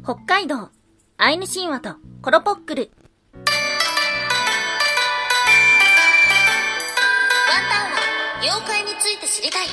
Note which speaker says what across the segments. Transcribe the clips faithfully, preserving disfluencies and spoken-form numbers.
Speaker 1: 北海道アイヌ神話とコロポックル。
Speaker 2: ワンタンは妖怪について知りたい。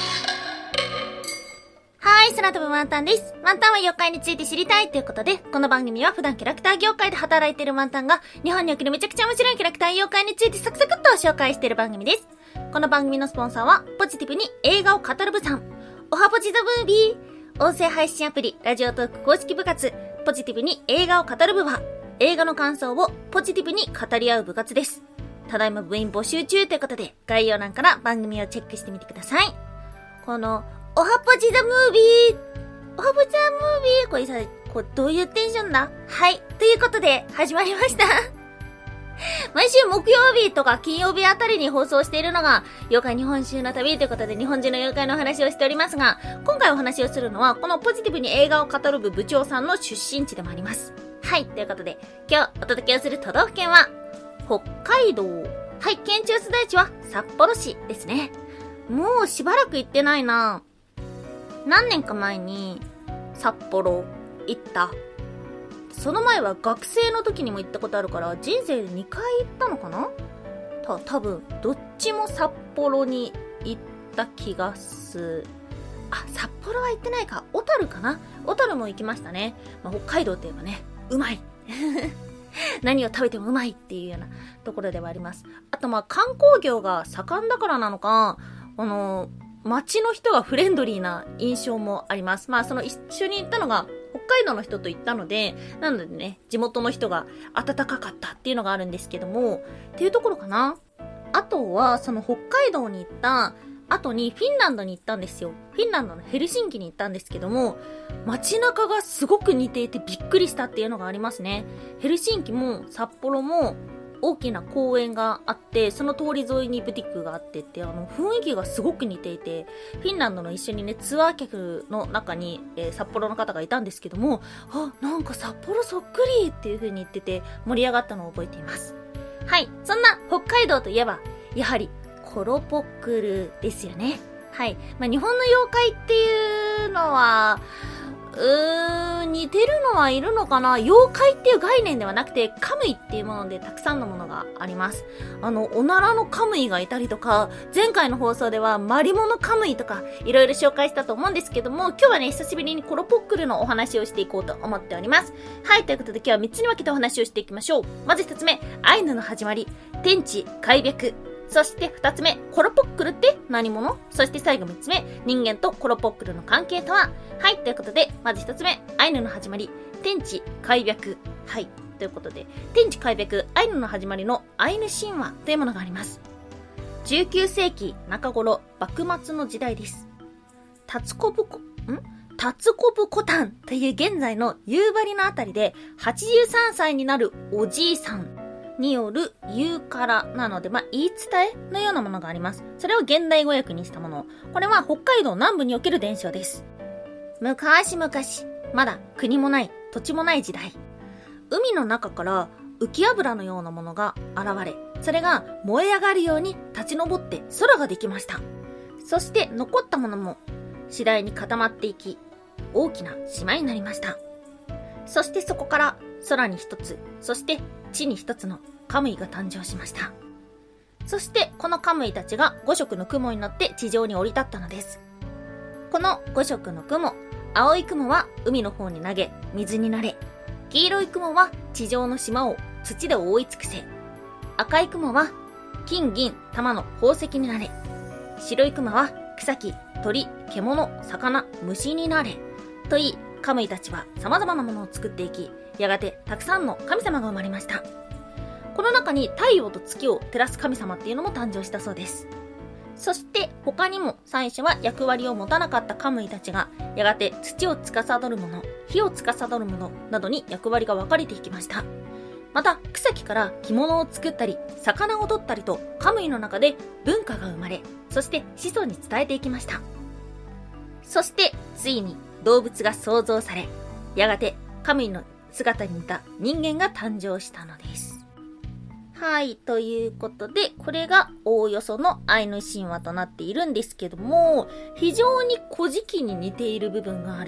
Speaker 1: はい、空飛ぶワンタンです。ワンタンは妖怪について知りたいということで、この番組は普段キャラクター業界で働いているワンタンが日本におけるめちゃくちゃ面白いキャラクター妖怪についてサクサクっと紹介している番組です。この番組のスポンサーはポジティブに映画を語る部さん、おはポジザムービー、音声配信アプリラジオトーク公式部活ポジティブに映画を語る部は映画の感想をポジティブに語り合う部活です。ただいま部員募集中ということで、概要欄から番組をチェックしてみてください。このおはポジザムービー、おはポジザムービー、これさ、これどういうテンションだ？はい、ということで始まりました毎週木曜日とか金曜日あたりに放送しているのが妖怪日本周の旅ということで、日本中の妖怪のお話をしておりますが、今回お話をするのはこのポジティブに映画を語る部部長さんの出身地でもあります。はい、ということで今日お届けをする都道府県は北海道。はい、県庁所在地は札幌市ですね。もうしばらく行ってないな。何年か前に札幌行った。その前は学生の時にも行ったことあるから、人生でにかい行ったのかな？た、多分どっちも札幌に行った気がする。あ、札幌は行ってないか。小樽かな？小樽も行きましたね。まあ、北海道って言えばね、うまい何を食べてもうまいっていうようなところではあります。あとまあ観光業が盛んだからなのか、あの街の人がフレンドリーな印象もあります。まあその一緒に行ったのが北海道の人と行ったので、なのでね、地元の人が温かかったっていうのがあるんですけども、っていうところかな。あとはその北海道に行った後にフィンランドに行ったんですよ。フィンランドのヘルシンキに行ったんですけども、街中がすごく似ていてびっくりしたっていうのがありますね。ヘルシンキも札幌も大きな公園があって、その通り沿いにブティックがあってって、あの雰囲気がすごく似ていて、フィンランドの一緒にね、ツアー客の中に、えー、札幌の方がいたんですけども、あ、なんか札幌そっくりっていう風に言ってて盛り上がったのを覚えています。はい、そんな北海道といえばやはりコロポックルですよね。はい、まあ、日本の妖怪っていうのはうーん、似てるのはいるのかな。妖怪っていう概念ではなくて、カムイっていうものでたくさんのものがあります。あの、おならのカムイがいたりとか、前回の放送ではマリモのカムイとか、いろいろ紹介したと思うんですけども、今日はね、久しぶりにコロポックルのお話をしていこうと思っております。はい、ということで今日はみっつに分けてお話をしていきましょう。まずひとつめ、アイヌの始まり、天地開闢。そして二つ目、コロポックルって何者？そして最後三つ目、人間とコロポックルの関係とは？はい、ということで、まず一つ目、アイヌの始まり、天地開闢。はい、ということで、天地開闢、アイヌの始まりのアイヌ神話というものがあります。じゅうきゅうせいき中頃、幕末の時代です。タツコブコ、んタツコブコタンという現在の夕張のあたりで、はちじゅうさんさいになるおじいさんによる言うからなので、まあ、言い伝えのようなものがあります。それを現代語訳にしたもの。これは北海道南部における伝承です。昔々、まだ国もない土地もない時代、海の中から浮き油のようなものが現れ、それが燃え上がるように立ち上って空ができました。そして残ったものも次第に固まっていき、大きな島になりました。そしてそこから空に一つ、そして地に一つのカムイが誕生しました。そしてこのカムイたちがご色の雲に乗って地上に降り立ったのです。このご色の雲、青い雲は海の方に投げ水になれ、黄色い雲は地上の島を土で覆い尽くせ、赤い雲は金銀玉の宝石になれ、白い雲は草木鳥獣魚虫になれと言い、カムイたちは様々なものを作っていき、やがてたくさんの神様が生まれました。この中に太陽と月を照らす神様っていうのも誕生したそうです。そして他にも最初は役割を持たなかったカムイたちが、やがて土を司る者、火を司る者などに役割が分かれていきました。また草木から着物を作ったり魚を取ったりと、カムイの中で文化が生まれ、そして子孫に伝えていきました。そしてついに動物が創造され、やがてカムイの姿に似た人間が誕生したのです。はい、ということで、これがおおよそのアイヌ神話となっているんですけども、非常に古事記に似ている部分がある。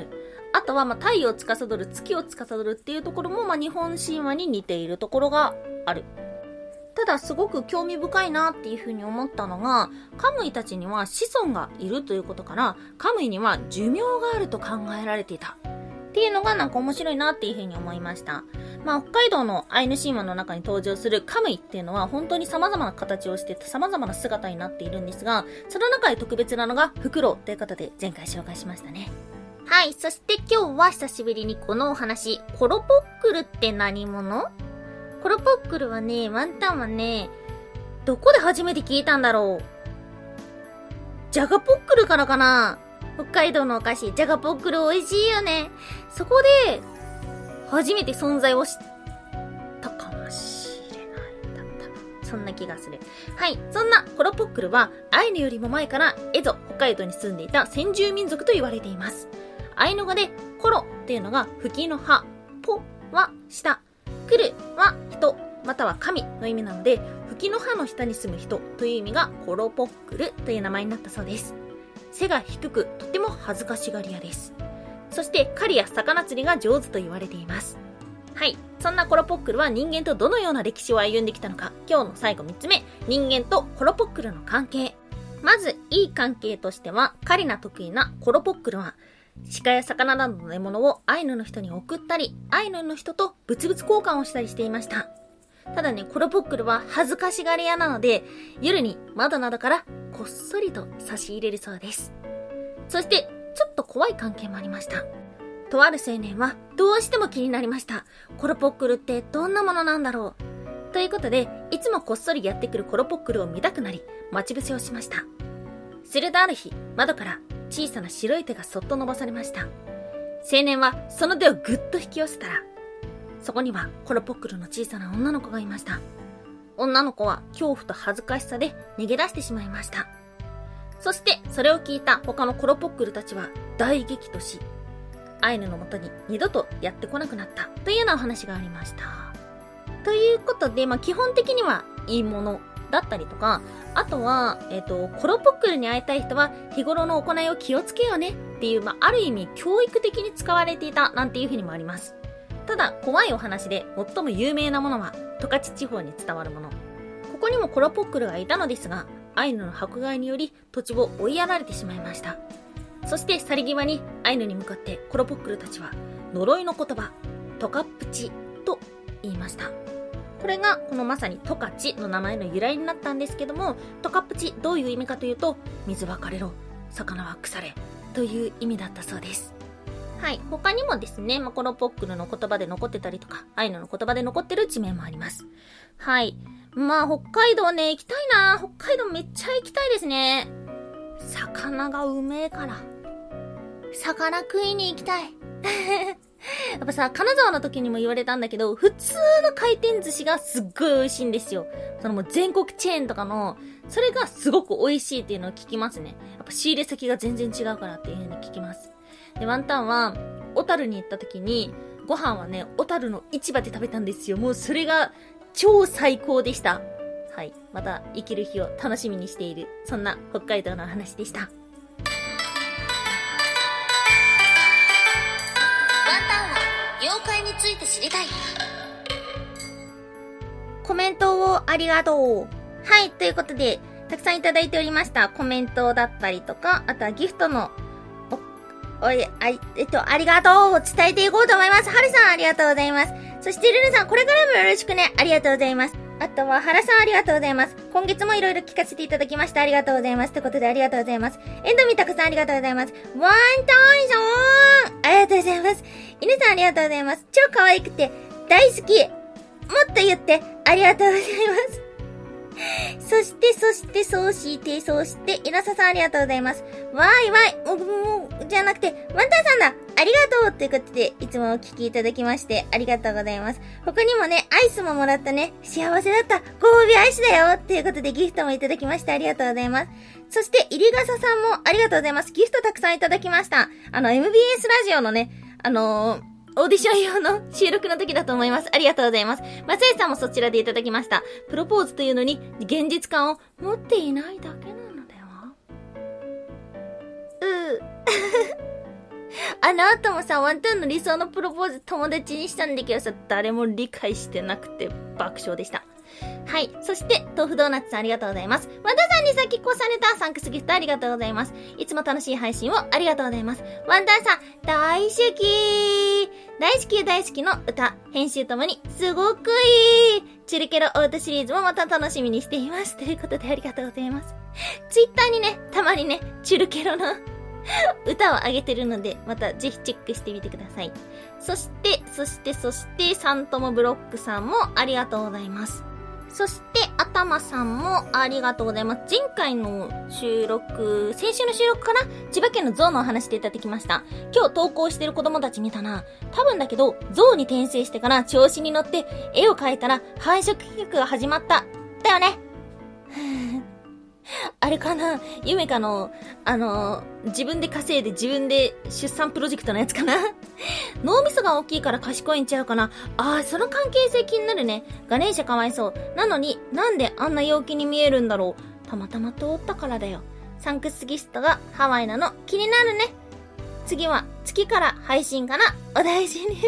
Speaker 1: あとはまあ太陽を司る、月を司るっていうところもまあ日本神話に似ているところがある。ただすごく興味深いなっていうふうに思ったのが、カムイたちには子孫がいるということから、カムイには寿命があると考えられていたっていうのがなんか面白いなっていうふうに思いました。まあ北海道のアイヌ神話の中に登場するカムイっていうのは本当に様々な形をして様々な姿になっているんですが、その中で特別なのがフクロウということで前回紹介しましたね。はい、そして今日は久しぶりにこのお話、コロポックルって何者？コロポックルはね、ワンタンはね、どこで初めて聞いたんだろう。ジャガポックルからかな。北海道のお菓子、ジャガポックル美味しいよね。そこで、初めて存在を知ったかもしれない。だった。そんな気がする。はい。そんなコロポックルは、アイヌよりも前からエゾ、北海道に住んでいた先住民族と言われています。アイヌ語で、コロっていうのが吹きの葉、ポは下、クルは人、または神の意味なので、吹きの葉の下に住む人という意味がコロポックルという名前になったそうです。背が低く、とても恥ずかしがり屋です。そして狩りや魚釣りが上手と言われています。はい。そんなコロポックルは人間とどのような歴史を歩んできたのか、今日の最後みっつめ、人間とコロポックルの関係。まず、いい関係としては、狩りが得意なコロポックルは、鹿や魚などの獲物をアイヌの人に送ったり、アイヌの人と物々交換をしたりしていました。ただね、コロポックルは恥ずかしがり屋なので、夜に窓などからこっそりと差し入れるそうです。そして、ちょっと怖い関係もありました。とある青年はどうしても気になりました。コロポックルってどんなものなんだろう。ということで、いつもこっそりやってくるコロポックルを見たくなり、待ち伏せをしました。するとある日、窓から小さな白い手がそっと伸ばされました。青年はその手をぐっと引き寄せたら、そこにはコロポックルの小さな女の子がいました。女の子は恐怖と恥ずかしさで逃げ出してしまいました。そしてそれを聞いた他のコロポックルたちは大激怒し、アイヌの元に二度とやってこなくなったというようなお話がありました。ということで、まあ基本的にはいいものだったりとか、あとは、えっと、コロポックルに会いたい人は日頃の行いを気をつけようねっていう、まあある意味教育的に使われていたなんていうふうにもあります。ただ怖いお話で最も有名なものは十勝地方に伝わるもの。ここにもコロポックルがいたのですが、アイヌの迫害により土地を追いやられてしまいました。そして去り際にアイヌに向かってコロポックルたちは呪いの言葉、トカプチと言いました。これがこのまさにトカチの名前の由来になったんですけども、トカプチどういう意味かというと、水は枯れろ、魚は腐れという意味だったそうです。はい。他にもですね、まあ、コロポックルの言葉で残ってたりとか、アイヌの言葉で残ってる地名もあります。はい。まあ、北海道ね、行きたいな。北海道めっちゃ行きたいですね。魚がうめえから。魚食いに行きたい。やっぱさ、金沢の時にも言われたんだけど、普通の回転寿司がすっごい美味しいんですよ。そのもう全国チェーンとかの、それがすごく美味しいっていうのを聞きますね。やっぱ仕入れ先が全然違うからっていう風に聞きます。で、ワンタンは、小樽に行った時に、ご飯はね、小樽の市場で食べたんですよ。もうそれが超最高でした。はい。また生きる日を楽しみにしている、そんな北海道の話でした。
Speaker 2: ワンタンは妖怪について知りたい。
Speaker 1: コメントをありがとう。はい。ということで、たくさんいただいておりましたコメントだったりとか、あとはギフトのおい、あい、えっと、ありがとうを伝えていこうと思います。はるさんありがとうございます。そしてルルさん、これからもよろしくね。ありがとうございます。あとは、はらさんありがとうございます。今月もいろいろ聞かせていただきました。ありがとうございます。ということでありがとうございます。エンドミたくさんありがとうございます。ワンタンさんありがとうございます。犬さんありがとうございます。超可愛くて大好き。もっと言って、ありがとうございます。そして、そして、そうして、そうして、稲佐さんありがとうございます。わーいわい、もう、もう、じゃなくて、ワンタンさんだありがとうということで、いつもお聞きいただきまして、ありがとうございます。他にもね、アイスももらったね、幸せだった、ご褒美アイスだよということで、ギフトもいただきまして、ありがとうございます。そして、入笠さんもありがとうございます。ギフトたくさんいただきました。あの、エムビーエス ラジオのね、あのー、オーディション用の収録の時だと思います。ありがとうございます。松井さんもそちらでいただきました。プロポーズというのに現実感を持っていないだけなのでは？うー。 あの後もさ、ワンタンの理想のプロポーズ友達にしたんだけどさ、誰も理解してなくて爆笑でした。はい。そして、豆腐ドーナツさんありがとうございます。ワンタンさんに先越されたサンクスギフトありがとうございます。いつも楽しい配信をありがとうございます。ワンタンさん、大好き大好き大好きの歌、編集ともにすごくいいチュルケロお歌シリーズもまた楽しみにしています。ということでありがとうございます。ツイッターにね、たまにね、チュルケロの歌を上げてるので、またぜひチェックしてみてください。そして、そして、そして、サントモブロックさんもありがとうございます。そして、あたまさんもありがとうございます。前回の収録、先週の収録かな？千葉県のゾウのお話でいただきました。今日投稿してる子供たち見たな。多分だけど、ゾウに転生してから調子に乗って絵を描いたら繁殖企画が始まった。だよね。あれかな？ゆめかの、あの、自分で稼いで自分で出産プロジェクトのやつかな？脳みそが大きいから賢いんちゃうかな？ああ、その関係性気になるね。ガネーシャかわいそう。なのに、なんであんな陽気に見えるんだろう。たまたま通ったからだよ。サンクスギストがハワイなの気になるね。次は月から配信かな？お大事に。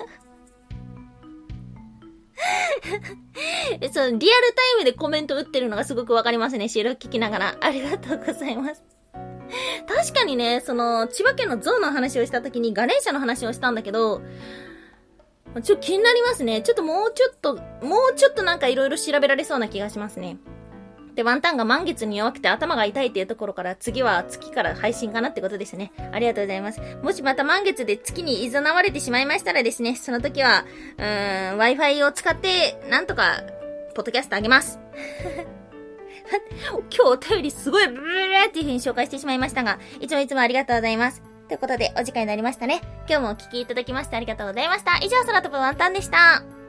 Speaker 1: そう、リアルタイムでコメント打ってるのがすごくわかりますね。収録聞きながら。ありがとうございます。確かにね、その、千葉県のゾウの話をした時にガネーシャの話をしたんだけど、ちょっと気になりますね。ちょっともうちょっと、もうちょっとなんかいろいろ調べられそうな気がしますね。で、ワンタンが満月に弱くて頭が痛いっていうところから次は月から配信かなってことですね。ありがとうございます。もしまた満月で月に誘われてしまいましたらですね、その時は、うーん、Wi-Fi を使って、なんとか、ポッドキャストあげます。今日お便りすごいブルブルっていう風に紹介してしまいましたが、いつもいつもありがとうございます。ということで、お時間になりましたね。今日もお聞きいただきましてありがとうございました。以上、空飛ぶワンタンでした。